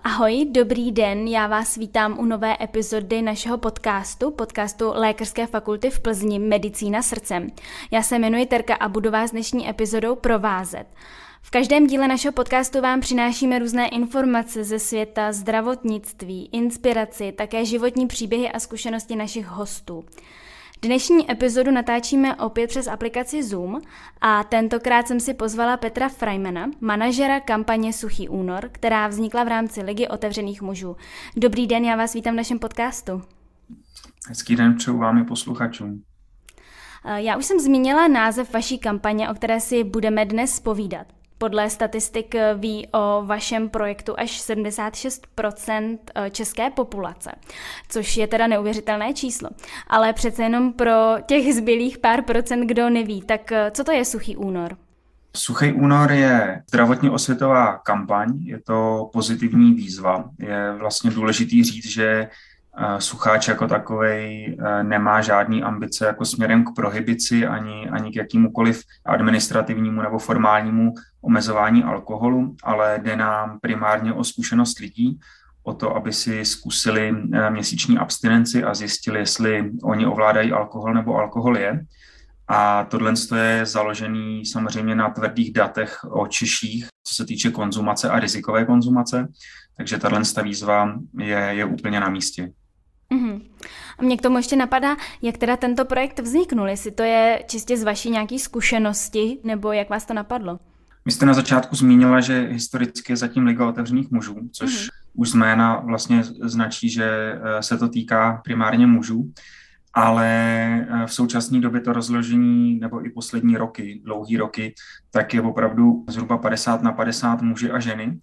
Ahoj, dobrý den, já vás vítám u nové epizody našeho podcastu Lékařské fakulty v Plzni Medicína srdcem. Já se jmenuji Terka a budu vás dnešní epizodou provázet. V každém díle našeho podcastu vám přinášíme různé informace ze světa zdravotnictví, inspiraci, také životní příběhy a zkušenosti našich hostů. Dnešní epizodu natáčíme opět přes aplikaci Zoom a tentokrát jsem si pozvala Petra Freimana, manažera kampaně Suchý únor, která vznikla v rámci Ligy otevřených mužů. Dobrý den, já vás vítám v našem podcastu. Hezký den přeju vám i posluchačům. Já už jsem zmínila název vaší kampaně, o které si budeme dnes povídat. Podle statistik ví o vašem projektu až 76% české populace, což je teda neuvěřitelné číslo. Ale přece jenom pro těch zbylých pár procent, kdo neví, tak co to je Suchý únor? Suchý únor je zdravotně osvětová kampaň, je to pozitivní výzva. Je vlastně důležitý říct, že sucháč jako takovej nemá žádný ambice jako směrem k prohibici ani k jakýmukoliv administrativnímu nebo formálnímu omezování alkoholu, ale jde nám primárně o zkušenost lidí, o to, aby si zkusili měsíční abstinenci a zjistili, jestli oni ovládají alkohol nebo alkohol je. A tohle je založený samozřejmě na tvrdých datech o Češích, co se týče konzumace a rizikové konzumace, takže tato výzva je úplně na místě. Uhum. A mě k tomu ještě napadá, jak teda tento projekt vzniknul, jestli to je čistě z vaší nějaké zkušenosti, nebo jak vás to napadlo? Vy jste na začátku zmínila, že historicky je zatím Liga otevřených mužů, což už z jména vlastně značí, že se to týká primárně mužů, ale v současné době to rozložení, nebo i poslední roky, dlouhý roky, tak je opravdu zhruba 50/50 muži a ženy.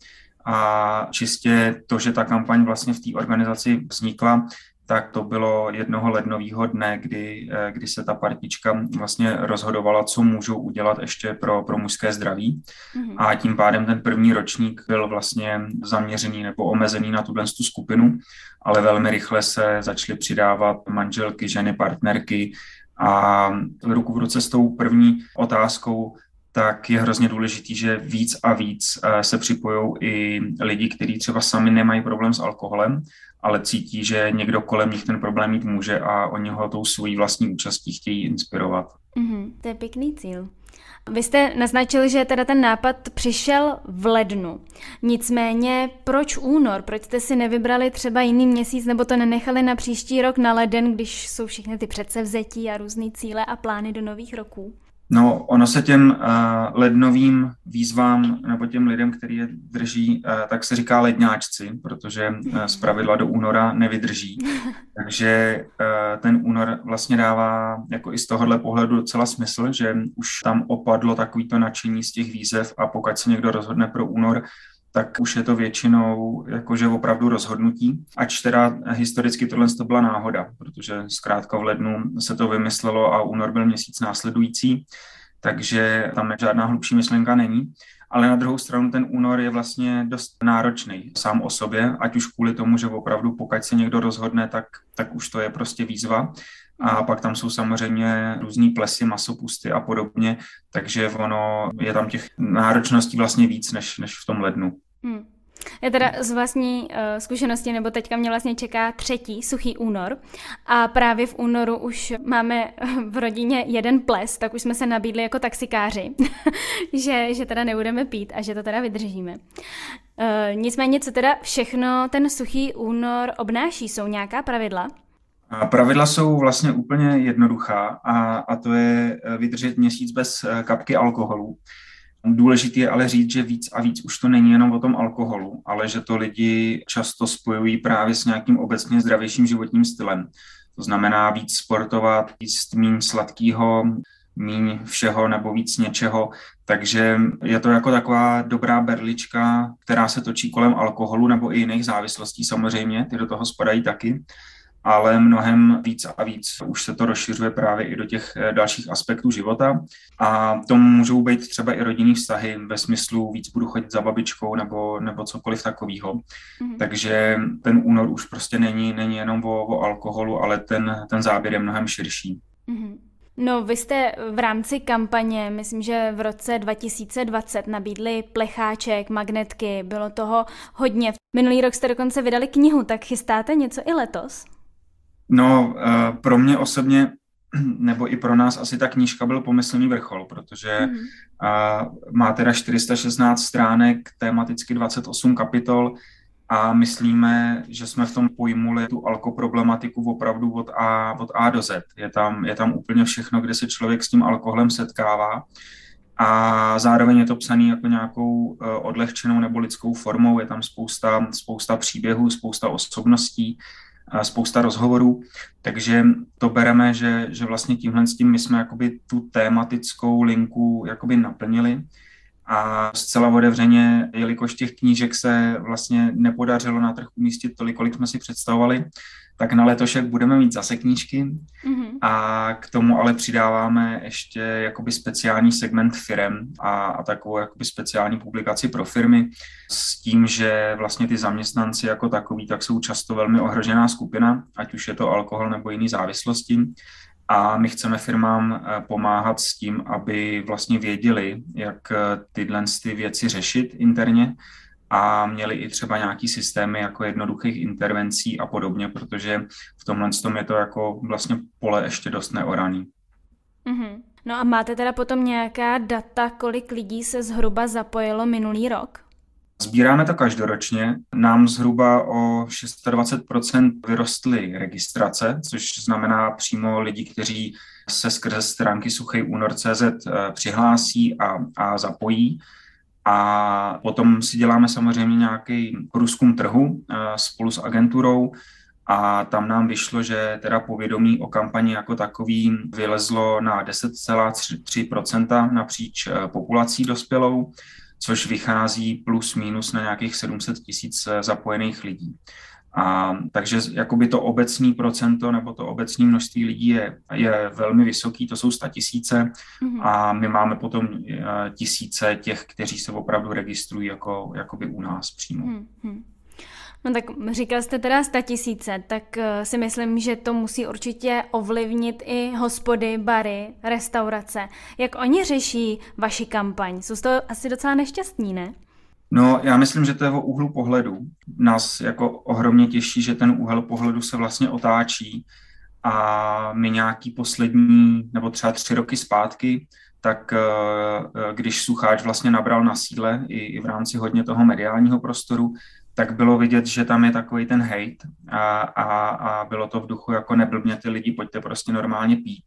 A čistě to, že ta kampaň vlastně v té organizaci vznikla, tak to bylo jednoho lednového dne, kdy se ta partička vlastně rozhodovala, co můžou udělat ještě pro mužské zdraví. A tím pádem ten první ročník byl vlastně zaměřený nebo omezený na tuhle skupinu, ale velmi rychle se začaly přidávat manželky, ženy, partnerky a ruku v ruce s tou první otázkou tak je hrozně důležitý, že víc a víc se připojují i lidi, kteří třeba sami nemají problém s alkoholem, ale cítí, že někdo kolem nich ten problém mít může a oni ho tou svojí vlastní účastí chtějí inspirovat. To je pěkný cíl. Vy jste naznačili, že teda ten nápad přišel v lednu. Nicméně proč únor? Proč jste si nevybrali třeba jiný měsíc nebo to nenechali na příští rok na leden, když jsou všechny ty předsevzetí a různý cíle a plány do nových roků? No, ono se těm lednovým výzvám nebo těm lidem, který je drží, tak se říká ledňáčci, protože zpravidla do února nevydrží. Takže ten únor vlastně dává jako i z tohohle pohledu docela smysl, že už tam opadlo takovýto nadšení z těch výzev a pokud se někdo rozhodne pro únor, tak už je to většinou jakože opravdu rozhodnutí. Ač teda historicky tohle to byla náhoda, protože zkrátka v lednu se to vymyslelo a únor byl měsíc následující, takže tam žádná hlubší myšlenka není. Ale na druhou stranu ten únor je vlastně dost náročný sám o sobě, ať už kvůli tomu, že opravdu pokud se někdo rozhodne, tak už to je prostě výzva. A pak tam jsou samozřejmě různý plesy, masopusty a podobně, takže ono je tam těch náročností vlastně víc než v tom lednu. Já teda z vlastní zkušenosti, nebo teďka mě vlastně čeká 3. Suchý únor a právě v únoru už máme v rodině jeden ples, tak už jsme se nabídli jako taxikáři, že teda nebudeme pít a že to teda vydržíme. Nicméně, co teda všechno ten Suchý únor obnáší, jsou nějaká pravidla? Pravidla jsou vlastně úplně jednoduchá a to je vydržet měsíc bez kapky alkoholu. Důležité je ale říct, že víc a víc už to není jenom o tom alkoholu, ale že to lidi často spojují právě s nějakým obecně zdravějším životním stylem. To znamená víc sportovat, jíst míň sladkýho, míň všeho nebo víc něčeho. Takže je to jako taková dobrá berlička, která se točí kolem alkoholu nebo i jiných závislostí samozřejmě, ty do toho spadají taky. Ale mnohem víc a víc už se to rozšiřuje právě i do těch dalších aspektů života a to můžou být třeba i rodinný vztahy ve smyslu víc budu chodit za babičkou nebo cokoliv takového. Takže ten únor už prostě není jenom o alkoholu, ale ten záběr je mnohem širší. No, vy jste v rámci kampaně, myslím, že v roce 2020 nabídli plecháček, magnetky, bylo toho hodně. Minulý rok jste dokonce vydali knihu, tak chystáte něco i letos? No, pro mě osobně, nebo i pro nás asi ta knížka byl pomyslný vrchol, protože má teda 416 stránek, tematicky 28 kapitol a myslíme, že jsme v tom pojmuli tu alkoproblematiku opravdu od A do Z. Je tam úplně všechno, kde se člověk s tím alkoholem setkává a zároveň je to psaný jako nějakou odlehčenou nebo lidskou formou, je tam spousta příběhů, spousta osobností, spousta rozhovorů, takže to bereme, že vlastně tímhle s tím my jsme jakoby tu tématickou linku jakoby naplnili a zcela otevřeně, jelikož těch knížek se vlastně nepodařilo na trh umístit tolik, kolik jsme si představovali, tak na letošek budeme mít zase knížky a k tomu ale přidáváme ještě jakoby speciální segment firem a takovou jakoby speciální publikaci pro firmy s tím, že vlastně ty zaměstnanci jako takový tak jsou často velmi ohrožená skupina, ať už je to alkohol nebo jiný závislosti. A my chceme firmám pomáhat s tím, aby vlastně věděli, jak tyhle ty věci řešit interně a měli i třeba nějaký systémy jako jednoduchých intervencí a podobně, protože v tomhle tom je to jako vlastně pole ještě dost neoraný. Mm-hmm. No a máte teda potom nějaká data, kolik lidí se zhruba zapojilo minulý rok? Sbíráme to každoročně. Nám zhruba o 26% vyrostly registrace, což znamená přímo lidi, kteří se skrze stránky suchejúnor.cz přihlásí a zapojí. A potom si děláme samozřejmě nějaký průzkum trhu spolu s agenturou a tam nám vyšlo, že teda povědomí o kampani jako takový vylezlo na 10,3% napříč populací dospělou, což vychází plus minus na nějakých 700 000 zapojených lidí. Takže jakoby to obecné procento nebo to obecné množství lidí je velmi vysoký, to jsou 100 000 a my máme potom tisíce těch, kteří se opravdu registrují jakoby u nás přímo. No tak říkal jste teda 100 000, tak si myslím, že to musí určitě ovlivnit i hospody, bary, restaurace. Jak oni řeší vaši kampaň? Jsou z toho asi docela nešťastní, ne? No, já myslím, že to je o úhlu pohledu. Nás jako ohromně těší, že ten úhel pohledu se vlastně otáčí a my nějaký poslední, nebo třeba 3 roky zpátky, tak když Sucháč vlastně nabral na síle i v rámci hodně toho mediálního prostoru, tak bylo vidět, že tam je takový ten hejt a bylo to v duchu jako neblbněte lidi, pojďte prostě normálně pít.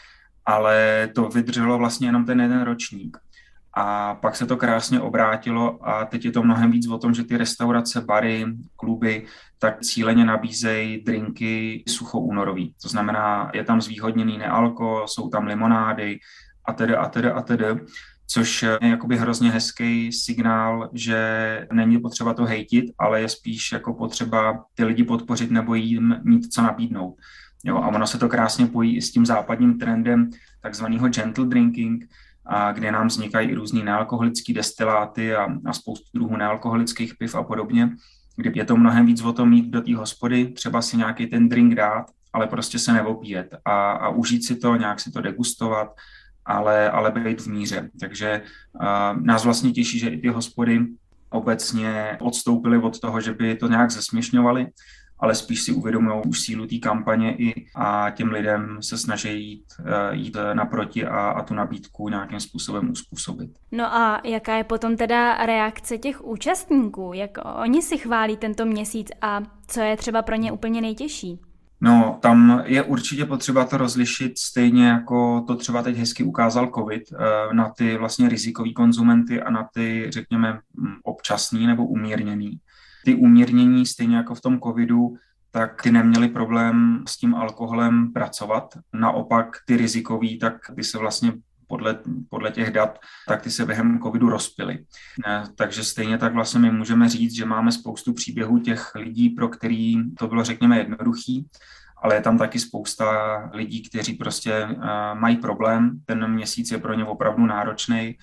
Ale to vydrželo vlastně jenom ten jeden ročník. A pak se to krásně obrátilo a teď je to mnohem víc o tom, že ty restaurace, bary, kluby tak cíleně nabízejí drinky suchoúnorový. To znamená, je tam zvýhodněný nealko, jsou tam limonády a tedy. Což je jakoby hrozně hezký signál, že není potřeba to hejtit, ale je spíš jako potřeba ty lidi podpořit nebo jim mít co nabídnout. Jo, a ono se to krásně pojí i s tím západním trendem takzvaného gentle drinking, kde nám vznikají i různý nealkoholický destiláty a spoustu druhů nealkoholických piv a podobně, kdy je to mnohem víc o tom mít do té hospody, třeba si nějaký ten drink dát, ale prostě se neopíjet a užít si to, nějak si to degustovat, ale být v míře. Takže nás vlastně těší, že i ty hospody obecně odstoupily od toho, že by to nějak zesměšňovali, ale spíš si uvědomují už sílu té kampaně a těm lidem se snaží jít naproti a tu nabídku nějakým způsobem uspůsobit. No a jaká je potom teda reakce těch účastníků? Jak oni si chválí tento měsíc a co je třeba pro ně úplně nejtěžší? No, tam je určitě potřeba to rozlišit stejně jako to třeba teď hezky ukázal COVID na ty vlastně rizikový konzumenty a na ty, řekněme, občasný nebo umírněný. Ty umírnění stejně jako v tom covidu, tak ty neměli problém s tím alkoholem pracovat. Naopak ty rizikový, tak ty se vlastně podle těch dat, tak ty se během covidu rozpily. Takže stejně tak vlastně my můžeme říct, že máme spoustu příběhů těch lidí, pro který to bylo, řekněme, jednoduchý, ale je tam taky spousta lidí, kteří prostě mají problém. Ten měsíc je pro ně opravdu náročný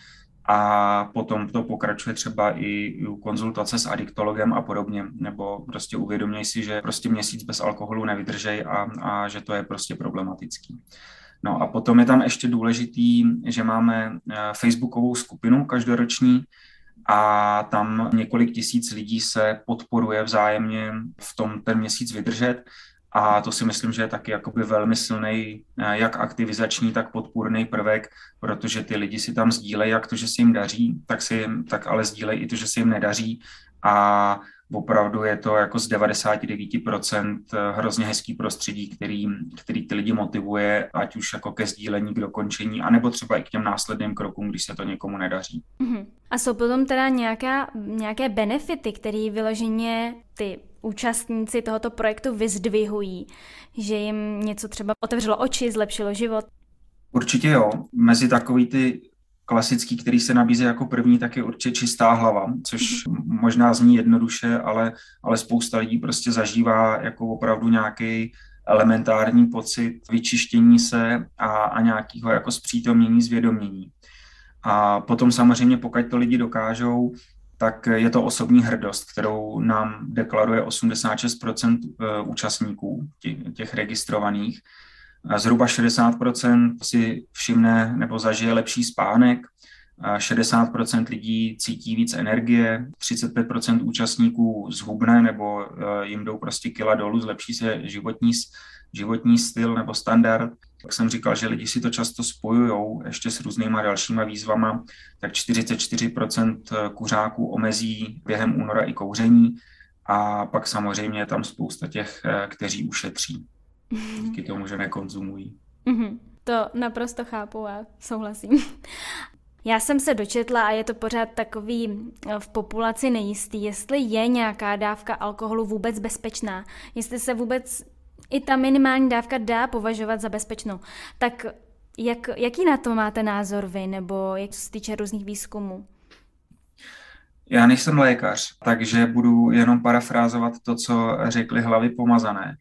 a potom to pokračuje třeba i u konzultace s adiktologem a podobně, nebo prostě uvědoměj si, že prostě měsíc bez alkoholu nevydržej a že to je prostě problematický. No a potom je tam ještě důležitý, že máme facebookovou skupinu každoroční a tam několik tisíc lidí se podporuje vzájemně v tom ten měsíc vydržet. A to si myslím, že je taky jakoby velmi silný jak aktivizační, tak podpůrný prvek, protože ty lidi si tam sdílejí jak to, že se jim daří, tak ale sdílejí i to, že se jim nedaří. A opravdu je to jako z 99% hrozně hezký prostředí, který ty lidi motivuje, ať už jako ke sdílení, k dokončení, anebo třeba i k těm následným krokům, když se to někomu nedaří. A jsou potom teda nějaké benefity, které vyloženě ty účastníci tohoto projektu vyzdvihují, že jim něco třeba otevřelo oči, zlepšilo život? Určitě jo. Mezi takový ty klasický, který se nabízí jako první, tak je určitě čistá hlava, což možná zní jednoduše, ale spousta lidí prostě zažívá jako opravdu nějaký elementární pocit vyčištění se a nějakého jako zpřítomnění, zvědomění. A potom samozřejmě, pokud to lidi dokážou, tak je to osobní hrdost, kterou nám deklaruje 86% účastníků, těch registrovaných. Zhruba 60% si všimne nebo zažije lepší spánek, 60% lidí cítí víc energie, 35% účastníků zhubne nebo jim jdou prostě kila dolů, zlepší se životní styl nebo standard. Jak jsem říkal, že lidi si to často spojujou ještě s různýma dalšíma výzvama, tak 44% kuřáků omezí během února i kouření a pak samozřejmě je tam spousta těch, kteří ušetří. Díky tomu, že nekonzumují. To naprosto chápu a souhlasím. Já jsem se dočetla a je to pořád takový v populaci nejistý, jestli je nějaká dávka alkoholu vůbec bezpečná, jestli se vůbec i ta minimální dávka dá považovat za bezpečnou. Tak jaký na to máte názor vy, nebo jak se týče různých výzkumů? Já nejsem lékař, takže budu jenom parafrázovat to, co řekly hlavy pomazané.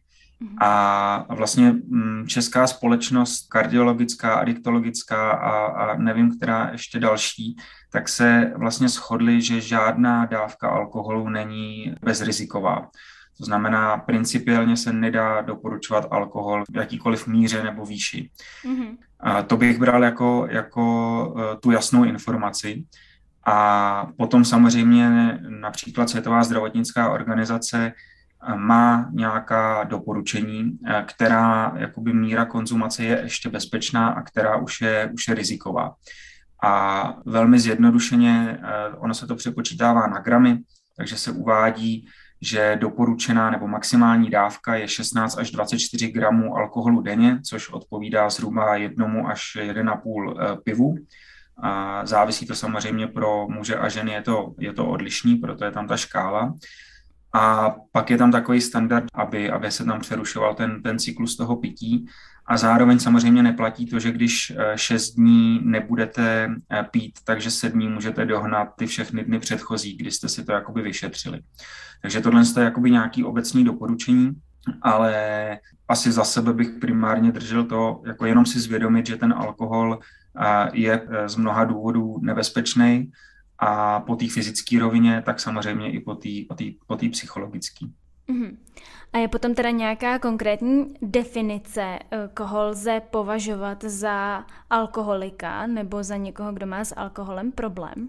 A vlastně česká společnost kardiologická, adiktologická a nevím, která ještě další, tak se vlastně shodly, že žádná dávka alkoholu není bezriziková. To znamená, principiálně se nedá doporučovat alkohol v jakýkoliv míře nebo výši. A to bych bral jako tu jasnou informaci. A potom samozřejmě například Světová zdravotnická organizace má nějaká doporučení, která jakoby míra konzumace je ještě bezpečná a která už je riziková. A velmi zjednodušeně ono se to přepočítává na gramy, takže se uvádí, že doporučená nebo maximální dávka je 16 až 24 gramů alkoholu denně, což odpovídá zhruba 1 až 1,5 pivu. A závisí to samozřejmě pro muže a ženy, je to odlišný, proto je tam ta škála. A pak je tam takový standard, aby se tam přerušoval ten cyklus toho pití. A zároveň samozřejmě neplatí to, že když 6 dní nebudete pít, takže 7 dní můžete dohnat ty všechny dny předchozí, kdy jste si to jakoby vyšetřili. Takže tohle je jakoby nějaký obecný doporučení, ale asi za sebe bych primárně držel to, jako jenom si zvědomit, že ten alkohol je z mnoha důvodů nebezpečný, a po té fyzické rovině, tak samozřejmě i po té psychologické. A je potom teda nějaká konkrétní definice, koho lze považovat za alkoholika nebo za někoho, kdo má s alkoholem problém?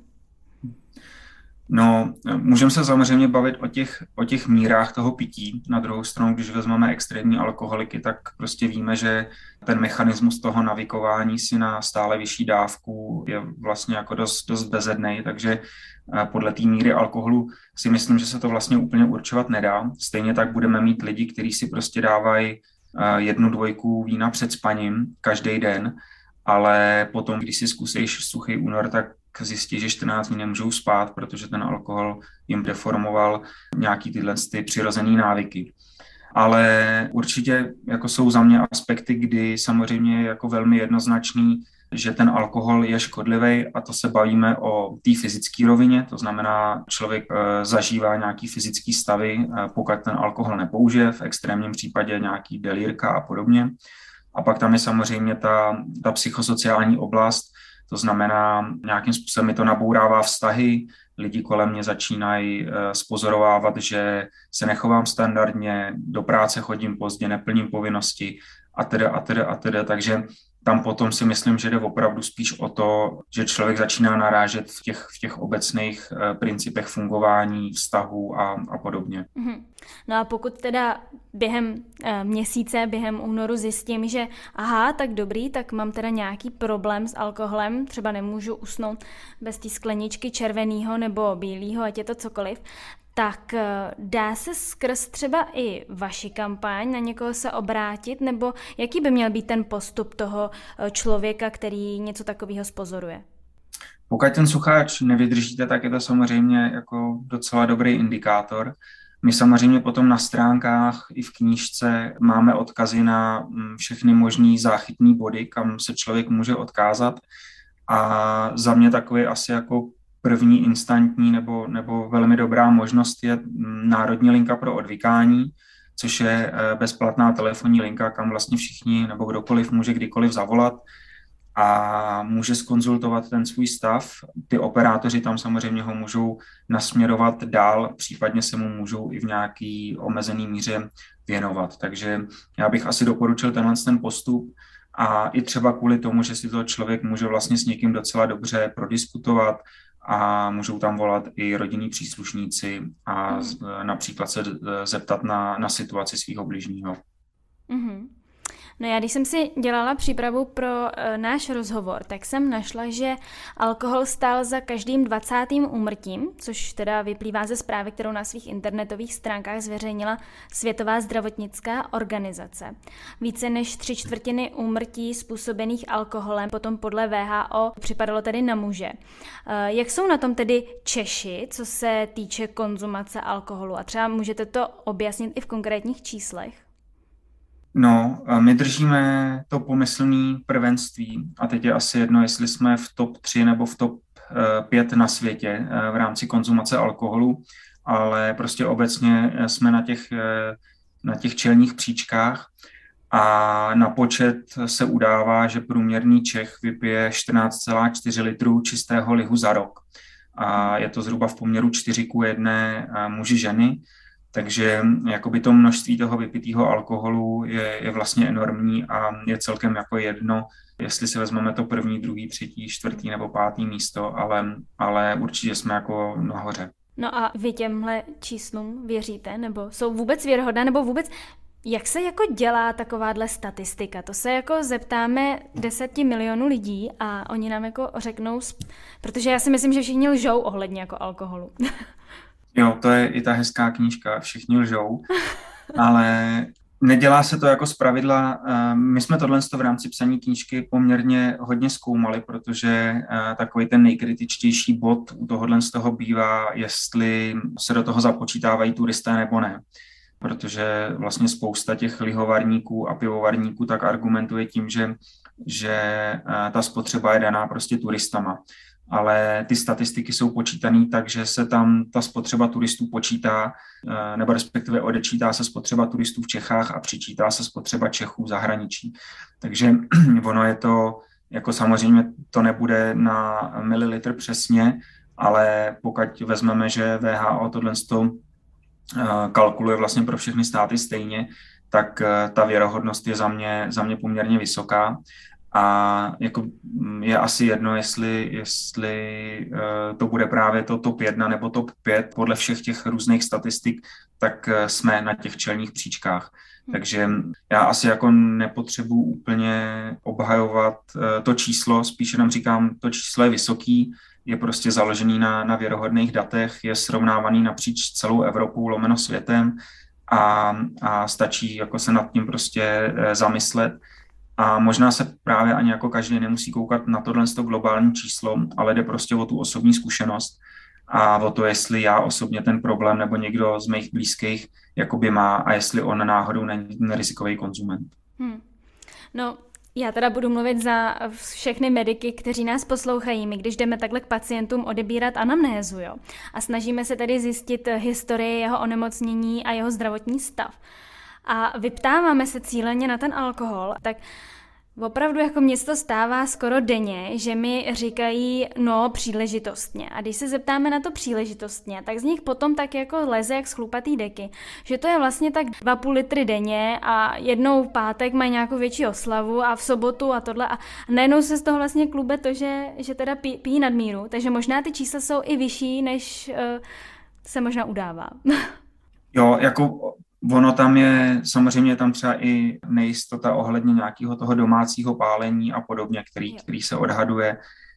No, můžeme se samozřejmě bavit o těch mírách toho pití. Na druhou stranu, když vezmeme extrémní alkoholiky, tak prostě víme, že ten mechanismus toho navykování si na stále vyšší dávku je vlastně jako dost bezednej, takže podle té míry alkoholu si myslím, že se to vlastně úplně určovat nedá. Stejně tak budeme mít lidi, kteří si prostě dávají 1-2 vína před spaním každý den, ale potom, když si zkusíš suchý únor, tak zjistí, že 14 dní nemůžou spát, protože ten alkohol jim deformoval nějaký tyhle přirozený návyky. Ale určitě jako jsou za mě aspekty, kdy samozřejmě je jako velmi jednoznačný, že ten alkohol je škodlivý, a to se bavíme o té fyzické rovině, to znamená, člověk zažívá nějaký fyzický stavy, pokud ten alkohol nepoužije, v extrémním případě nějaký delírka a podobně. A pak tam je samozřejmě ta psychosociální oblast, to znamená, nějakým způsobem mi to nabourává vztahy, lidi kolem mě začínají zpozorovávat, že se nechovám standardně, do práce chodím pozdě, neplním povinnosti a teda. Takže tam potom si myslím, že jde opravdu spíš o to, že člověk začíná narážet v těch obecných principech fungování, vztahů a podobně. No a pokud teda během měsíce, během únoru zjistím, že aha, tak dobrý, tak mám teda nějaký problém s alkoholem, třeba nemůžu usnout bez té skleničky červeného nebo bílého, ať je to cokoliv, tak dá se skrz třeba i vaši kampaň na někoho se obrátit, nebo jaký by měl být ten postup toho člověka, který něco takového zpozoruje? Pokud ten sucháč nevydržíte, tak je to samozřejmě jako docela dobrý indikátor. My samozřejmě potom na stránkách i v knížce máme odkazy na všechny možný záchytní body, kam se člověk může odkázat. A za mě takový asi jako první instantní nebo velmi dobrá možnost je Národní linka pro odvykání, což je bezplatná telefonní linka, kam vlastně všichni nebo kdokoliv může kdykoliv zavolat a může zkonzultovat ten svůj stav. Ty operátoři tam samozřejmě ho můžou nasměrovat dál, případně se mu můžou i v nějaký omezený míře věnovat. Takže já bych asi doporučil ten postup a i třeba kvůli tomu, že si to člověk může vlastně s někým docela dobře prodiskutovat a můžou tam volat i rodinní příslušníci a například se zeptat na situaci svého bližního. No já, když jsem si dělala přípravu pro náš rozhovor, tak jsem našla, že alkohol stál za každým 20. úmrtím, což teda vyplývá ze zprávy, kterou na svých internetových stránkách zveřejnila Světová zdravotnická organizace. Více než 3/4 úmrtí způsobených alkoholem potom podle WHO připadalo tedy na muže. Jak jsou na tom tedy Češi, co se týče konzumace alkoholu? A třeba můžete to objasnit i v konkrétních číslech? No, my držíme to pomyslné prvenství a teď je asi jedno, jestli jsme v top 3 nebo v top 5 na světě v rámci konzumace alkoholu, ale prostě obecně jsme na těch čelních příčkách a na počet se udává, že průměrný Čech vypije 14,4 litrů čistého lihu za rok. A je to zhruba v poměru 4:1 muži ženy. Takže jakoby to množství toho vypitého alkoholu je vlastně enormní a je celkem jako jedno, jestli si vezmeme to 1., 2., 3., 4. nebo 5. místo, ale určitě jsme jako nahoře. No a vy těmhle číslům věříte, nebo jsou vůbec věrohodná, nebo vůbec jak se jako dělá takováhle statistika? To se jako zeptáme 10 milionů lidí a oni nám jako řeknou, protože já si myslím, že všichni lžou ohledně jako alkoholu. Jo, to je i ta hezká knížka, všichni lžou, ale nedělá se to jako zpravidla. My jsme tohle v rámci psaní knížky poměrně hodně zkoumali, protože takový ten nejkritičtější bod u tohohle z toho bývá, jestli se do toho započítávají turisté nebo ne. Protože vlastně spousta těch lihovarníků a pivovarníků tak argumentuje tím, že ta spotřeba je daná prostě turistama. Ale ty statistiky jsou počítané tak, že se tam ta spotřeba turistů počítá, nebo respektive odečítá se spotřeba turistů v Čechách a přičítá se spotřeba Čechů v zahraničí. Takže ono je to, jako samozřejmě to nebude na mililitr přesně, ale pokud vezmeme, že WHO tohle kalkuluje vlastně pro všechny státy stejně, tak ta věrohodnost je za mě poměrně vysoká. A jako je asi jedno, jestli to bude právě to top 1 nebo top 5. Podle všech těch různých statistik, tak jsme na těch čelních příčkách. Takže já asi jako nepotřebuji úplně obhajovat to číslo, spíš jenom říkám, to číslo je vysoký, je prostě založený na věrohodných datech, je srovnávaný napříč celou Evropou lomeno světem a stačí jako se nad tím prostě zamyslet. A možná se právě ani jako každý nemusí koukat na tohle globální číslo, ale jde prostě o tu osobní zkušenost a o to, jestli já osobně ten problém nebo někdo z mých blízkých jakoby má a jestli on náhodou není rizikový konzument. No, já teda budu mluvit za všechny mediky, kteří nás poslouchají, my když jdeme takhle k pacientům odebírat anamnézu, jo, a snažíme se tedy zjistit historii jeho onemocnění a jeho zdravotní stav. A vyptáváme se cíleně na ten alkohol, tak Opravdu jako mně se to stává skoro denně, že mi říkají, no příležitostně. A když se zeptáme na to příležitostně, tak z nich potom tak jako leze jak z chlupatý deky. Že to je vlastně tak 2,5 litry denně a jednou v pátek mají nějakou větší oslavu a v sobotu a tohle. A najednou se z toho vlastně klube to, že teda pijí nadmíru. Takže možná ty čísla jsou i vyšší, než se možná udává. Jo, jako ono tam je, samozřejmě tam třeba i nejistota ohledně nějakého toho domácího pálení a podobně, který se odhaduje.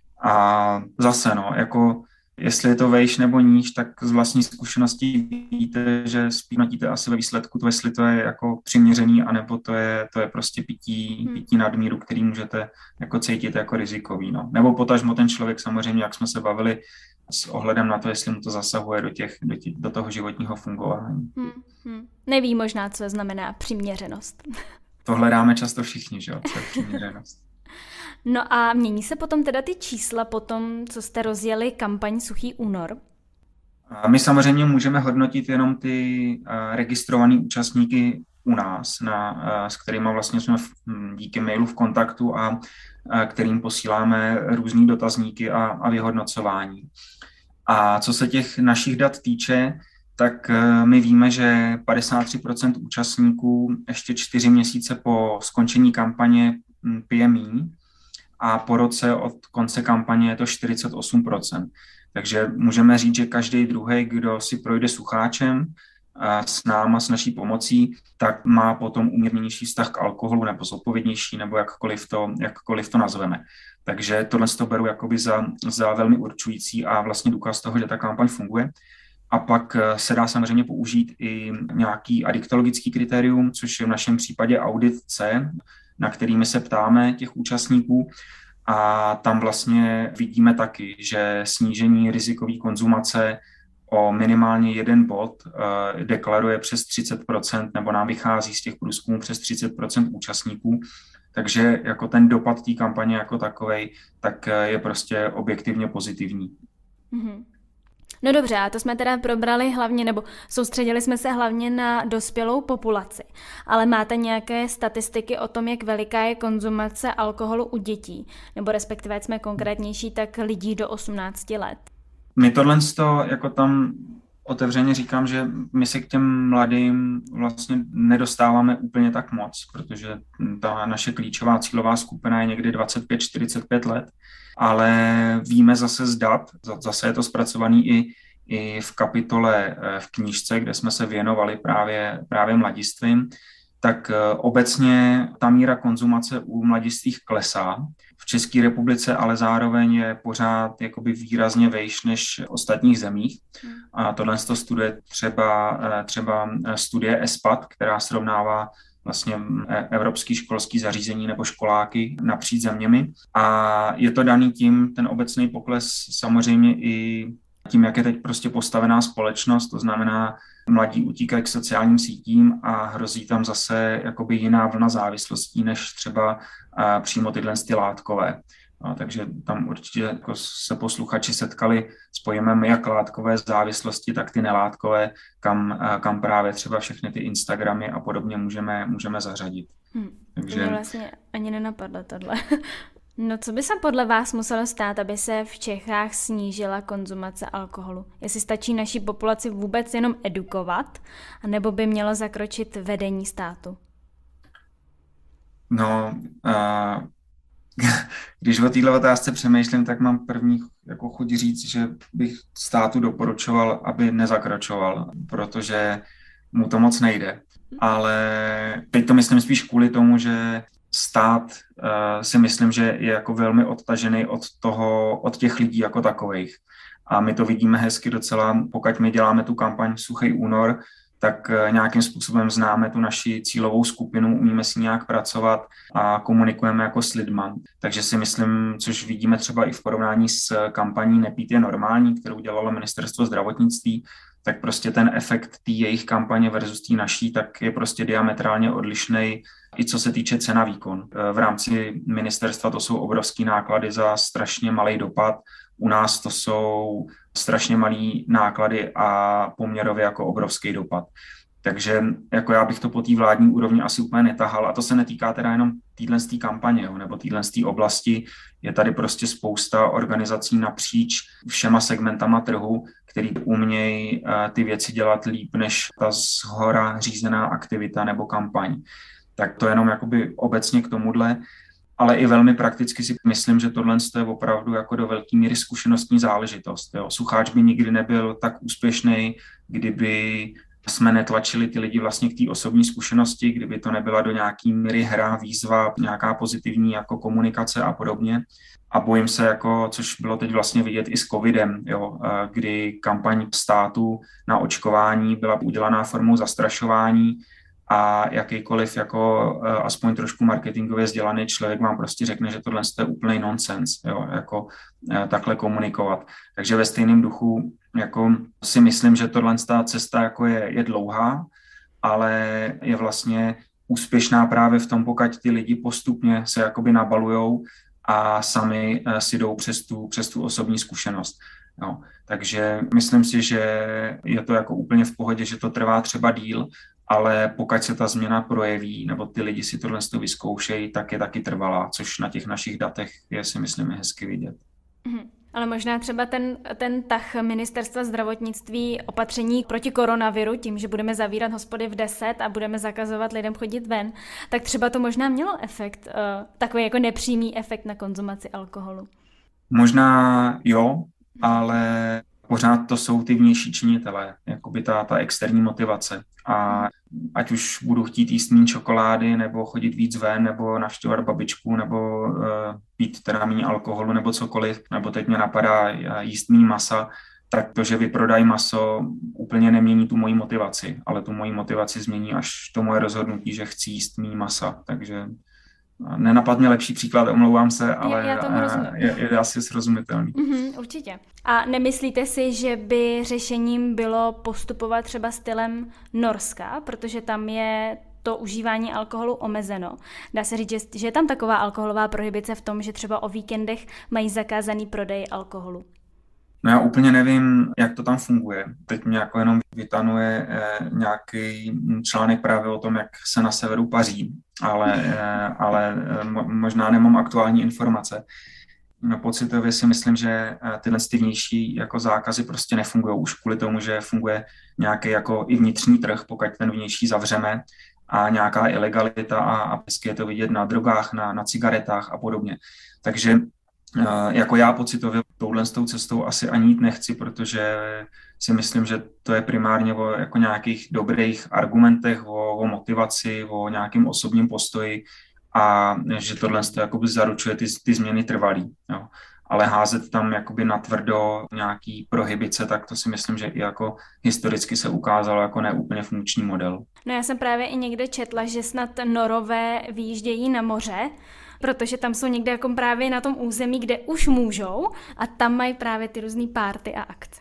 A zase, no, jako jestli je to vejš nebo níž, tak z vlastní zkušeností víte, že spíš natíte asi ve výsledku to, jestli to je jako přiměřený, anebo to je prostě pití nadmíru, který můžete jako cítit jako rizikový, no. Nebo potažmo ten člověk samozřejmě, jak jsme se bavili, s ohledem na to, jestli mu to zasahuje do toho životního fungování. Neví možná, co znamená přiměřenost. To hledáme často všichni, že jo, co je přiměřenost. No a mění se potom teda ty čísla po tom, co jste rozjeli kampaň Suchý únor? My samozřejmě můžeme hodnotit jenom ty registrované účastníky u nás, s kterými vlastně jsme díky mailu v kontaktu a kterým posíláme různý dotazníky a vyhodnocování. A co se těch našich dat týče, tak my víme, že 53% účastníků ještě 4 měsíce po skončení kampaně pije míň a po roce od konce kampaně je to 48%. Takže můžeme říct, že každý druhý, kdo si projde sucháčem s náma, s naší pomocí, tak má potom umírněnější vztah k alkoholu nebo zodpovědnější, nebo jakkoliv to nazveme. Takže tohle to beru jakoby za velmi určující a vlastně důkaz toho, že ta kampaň funguje. A pak se dá samozřejmě použít i nějaký adiktologický kritérium, což je v našem případě audit C, na kterými se ptáme těch účastníků. A tam vlastně vidíme taky, že snížení rizikové konzumace o minimálně 1 bod deklaruje přes 30%, nebo nám vychází z těch průzkumů přes 30% účastníků. Takže jako ten dopad té kampaně jako takovej, tak je prostě objektivně pozitivní. Mm-hmm. No dobře, a to jsme teda probrali hlavně, nebo soustředili jsme se hlavně na dospělou populaci. Ale máte nějaké statistiky o tom, jak veliká je konzumace alkoholu u dětí? Nebo respektive, jak jsme konkrétnější, tak lidí do 18 let? My tohle jako tam otevřeně říkám, že my se k těm mladým vlastně nedostáváme úplně tak moc, protože ta naše klíčová cílová skupina je někdy 25-45 let, ale víme zase z dat, zase je to zpracovaný i v kapitole v knížce, kde jsme se věnovali právě mladistvím, tak obecně ta míra konzumace u mladistvých klesá. V České republice ale zároveň je pořád jakoby výrazně vejš než v ostatních zemích. A tohle studuje třeba studie ESPAD, která srovnává vlastně evropský školský zařízení nebo školáky napříč zeměmi. A je to daný tím, ten obecný pokles samozřejmě i tím, jak je teď prostě postavená společnost, to znamená, mladí utíkají k sociálním sítím a hrozí tam zase jakoby jiná vlna závislostí, než třeba přímo tyhle látkové. No, takže tam určitě jako se posluchači setkali s pojmem jak látkové závislosti, tak ty nelátkové, kam právě třeba všechny ty Instagramy a podobně můžeme zařadit. Takže... Mě vlastně ani nenapadlo tohle. No co by se podle vás muselo stát, aby se v Čechách snížila konzumace alkoholu? Jestli stačí naší populaci vůbec jenom edukovat, anebo by mělo zakročit vedení státu? No, když o této otázce přemýšlím, tak mám první jako chuť říct, že bych státu doporučoval, aby nezakročoval, protože mu to moc nejde. Ale teď to myslím spíš kvůli tomu, že stát si myslím, že je jako velmi odtažený od těch lidí jako takových. A my to vidíme hezky docela, pokud my děláme tu kampaň Suchý únor, tak nějakým způsobem známe tu naši cílovou skupinu, umíme si nějak pracovat a komunikujeme jako s lidma. Takže si myslím, což vidíme třeba i v porovnání s kampaní Nepít je normální, kterou dělalo Ministerstvo zdravotnictví, tak prostě ten efekt té jejich kampaně versus té naší, tak je prostě diametrálně odlišnej, i co se týče cena výkon. V rámci ministerstva to jsou obrovský náklady za strašně malý dopad. U nás to jsou strašně malý náklady a poměrově jako obrovský dopad. Takže jako já bych to po té vládní úrovni asi úplně netahal a to se netýká teda jenom téhle kampaně, jo, nebo téhle oblasti. Je tady prostě spousta organizací napříč všema segmentama trhu, který umějí ty věci dělat líp než ta zhora řízená aktivita nebo kampaň. Tak to jenom jakoby obecně k tomuhle, ale i velmi prakticky si myslím, že tohle je opravdu jako do velké míry zkušenostní záležitost. Jo. Sucháč by nikdy nebyl tak úspěšný, kdyby jsme netlačili ty lidi vlastně k té osobní zkušenosti, kdyby to nebyla do nějaký míry hra, výzva, nějaká pozitivní jako komunikace a podobně. A bojím se, jako, což bylo teď vlastně vidět i s covidem, jo, kdy kampaň státu na očkování byla udělaná formou zastrašování a jakýkoliv jako aspoň trošku marketingově vzdělaný člověk vám prostě řekne, že tohle je úplný nonsens, jo, jako takhle komunikovat. Takže ve stejném duchu jako si myslím, že tohle cesta jako je dlouhá, ale je vlastně úspěšná právě v tom, pokud ty lidi postupně se jakoby nabalujou a sami si jdou přes tu osobní zkušenost. No, takže myslím si, že je to jako úplně v pohodě, že to trvá třeba díl, ale pokud se ta změna projeví, nebo ty lidi si tohle vyzkoušejí, tak je taky trvalá, což na těch našich datech je, si myslím, hezky vidět. Ale možná třeba ten tah ministerstva zdravotnictví opatření proti koronaviru, tím, že budeme zavírat hospody v 10 a budeme zakazovat lidem chodit ven, tak třeba to možná mělo efekt, takový jako nepřímý efekt na konzumaci alkoholu. Možná jo, ale pořád to jsou ty vnější činitelé, jakoby ta externí motivace. A ať už budu chtít jíst méně čokolády, nebo chodit víc ven, nebo navštěvovat babičku, nebo pít teda méně alkoholu, nebo cokoliv, nebo teď mě napadá jíst méně masa, tak to, že vyprodají maso, úplně nemění tu moji motivaci, ale tu moji motivaci změní až to moje rozhodnutí, že chci jíst méně masa. Takže nenapadne lepší příklad, omlouvám se, ale je asi srozumitelný. Určitě. A nemyslíte si, že by řešením bylo postupovat třeba stylem Norska, protože tam je to užívání alkoholu omezeno. Dá se říct, že je tam taková alkoholová prohibice v tom, že třeba o víkendech mají zakázaný prodej alkoholu. No já úplně nevím, jak to tam funguje. Teď mě jako jenom vytanuje nějaký článek právě o tom, jak se na severu paří, ale možná nemám aktuální informace. Pocitově si myslím, že tyhle vnější jako zákazy prostě nefungují už kvůli tomu, že funguje nějaký jako i vnitřní trh, pokud ten vnější zavřeme a nějaká ilegalita a je to vidět na drogách, na cigaretách a podobně. Takže jako já pocitově touhle cestou asi ani jít nechci, protože si myslím, že to je primárně o jako nějakých dobrých argumentech, o motivaci, o nějakým osobním postoji a že tohle jakoby zaručuje ty změny trvalý. Jo. Ale házet tam jakoby natvrdo nějaký prohibice, tak to si myslím, že i jako historicky se ukázalo jako neúplně funkční model. No já jsem právě i někde četla, že snad Norové vyjíždějí na moře, protože tam jsou někde jako právě na tom území, kde už můžou a tam mají právě ty různý párty a akce.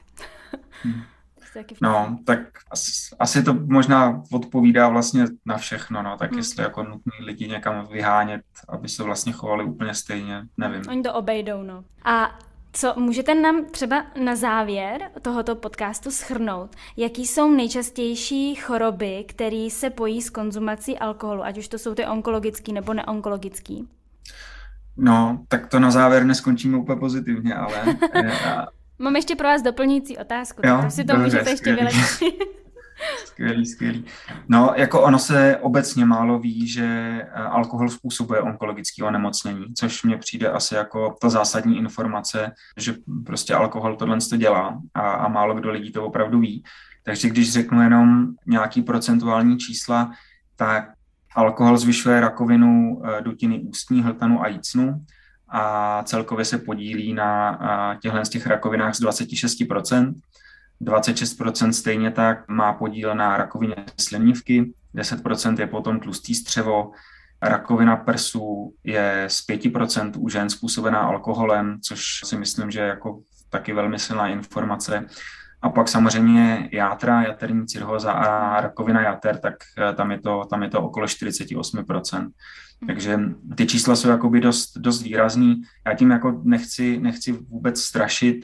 No, tak asi to možná odpovídá vlastně na všechno, no, tak jestli jako nutný lidi někam vyhánět, aby se vlastně chovali úplně stejně, nevím. Oni to obejdou, no. A co můžete nám třeba na závěr tohoto podcastu shrnout? Jaký jsou nejčastější choroby, které se pojí s konzumací alkoholu, ať už to jsou ty onkologický nebo neonkologický? No, tak to na závěr neskončíme úplně pozitivně, ale... Mám ještě pro vás doplňující otázku, tak si to můžete ještě vylepšit. Skvělý. No, jako ono se obecně málo ví, že alkohol způsobuje onkologické onemocnění, což mně přijde asi jako ta zásadní informace, že prostě alkohol tohle dělá a málo kdo lidí to opravdu ví. Takže když řeknu jenom nějaký procentuální čísla, tak alkohol zvyšuje rakovinu dutiny ústní, hltanu a jícnu a celkově se podílí na těch rakovinách z 26%. 26% stejně tak má podíl na rakovině slinivky, 10% je potom tlustý střevo, rakovina prsu je z 5% u žen způsobená alkoholem, což si myslím, že je jako taky velmi silná informace. A pak samozřejmě játra, jaterní cirhóza a rakovina jater, tak tam je to okolo 48%. Takže ty čísla jsou jakoby dost výrazný. Já tím jako nechci vůbec strašit,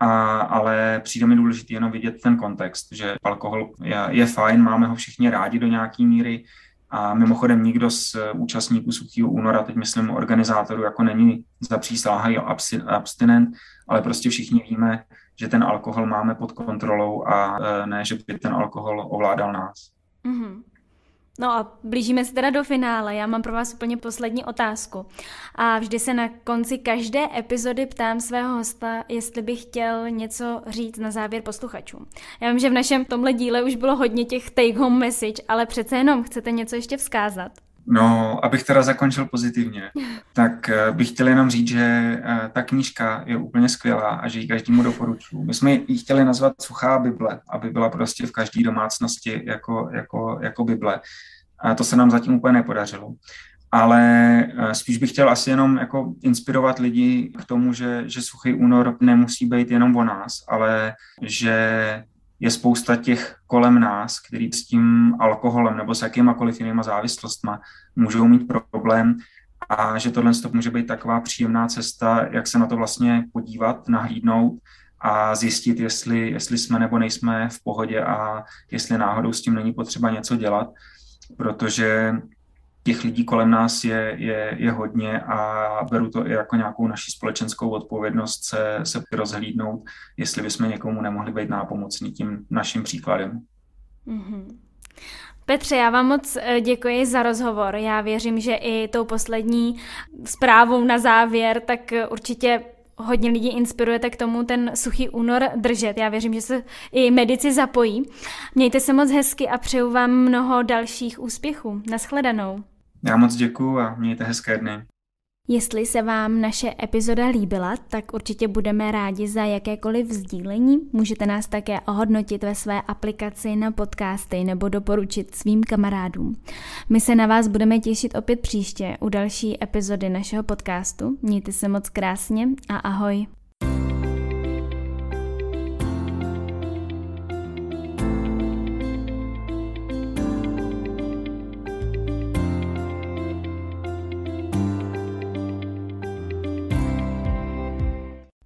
ale přijde mi důležité jenom vidět ten kontext, že alkohol je fajn, máme ho všichni rádi do nějaké míry a mimochodem nikdo z účastníků Suchého února, teď myslím organizátorů, jako není zapřísáhlý abstinent, ale prostě všichni víme, že ten alkohol máme pod kontrolou a ne, že by ten alkohol ovládal nás. Mm-hmm. No a blížíme se teda do finále. Já mám pro vás úplně poslední otázku. A vždy se na konci každé epizody ptám svého hosta, jestli by chtěl něco říct na závěr posluchačům. Já vím, že v našem tomhle díle už bylo hodně těch take home message, ale přece jenom chcete něco ještě vzkázat? No, abych teda zakončil pozitivně, tak bych chtěl jenom říct, že ta knížka je úplně skvělá a že ji každému doporučuji. My jsme ji chtěli nazvat Suchá Bible, aby byla prostě v každé domácnosti jako Bible. A to se nám zatím úplně nepodařilo. Ale spíš bych chtěl asi jenom jako inspirovat lidi k tomu, že Suchý únor nemusí být jenom o nás, ale že je spousta těch kolem nás, kteří s tím alkoholem nebo s jakýmakoliv jinýma závislostma můžou mít problém a že tohle může být taková příjemná cesta, jak se na to vlastně podívat, nahlídnout a zjistit, jestli jsme nebo nejsme v pohodě a jestli náhodou s tím není potřeba něco dělat, protože těch lidí kolem nás je hodně a beru to i jako nějakou naši společenskou odpovědnost se rozhlídnout, jestli bychom někomu nemohli být nápomocní tím naším příkladem. Mm-hmm. Petře, já vám moc děkuji za rozhovor. Já věřím, že i tou poslední zprávou na závěr, tak určitě hodně lidí inspirujete k tomu ten Suchý únor držet. Já věřím, že se i medici zapojí. Mějte se moc hezky a přeju vám mnoho dalších úspěchů. Nashledanou. Já moc děkuju a mějte hezké dny. Jestli se vám naše epizoda líbila, tak určitě budeme rádi za jakékoliv sdílení. Můžete nás také ohodnotit ve své aplikaci na podcasty nebo doporučit svým kamarádům. My se na vás budeme těšit opět příště u další epizody našeho podcastu. Mějte se moc krásně a ahoj.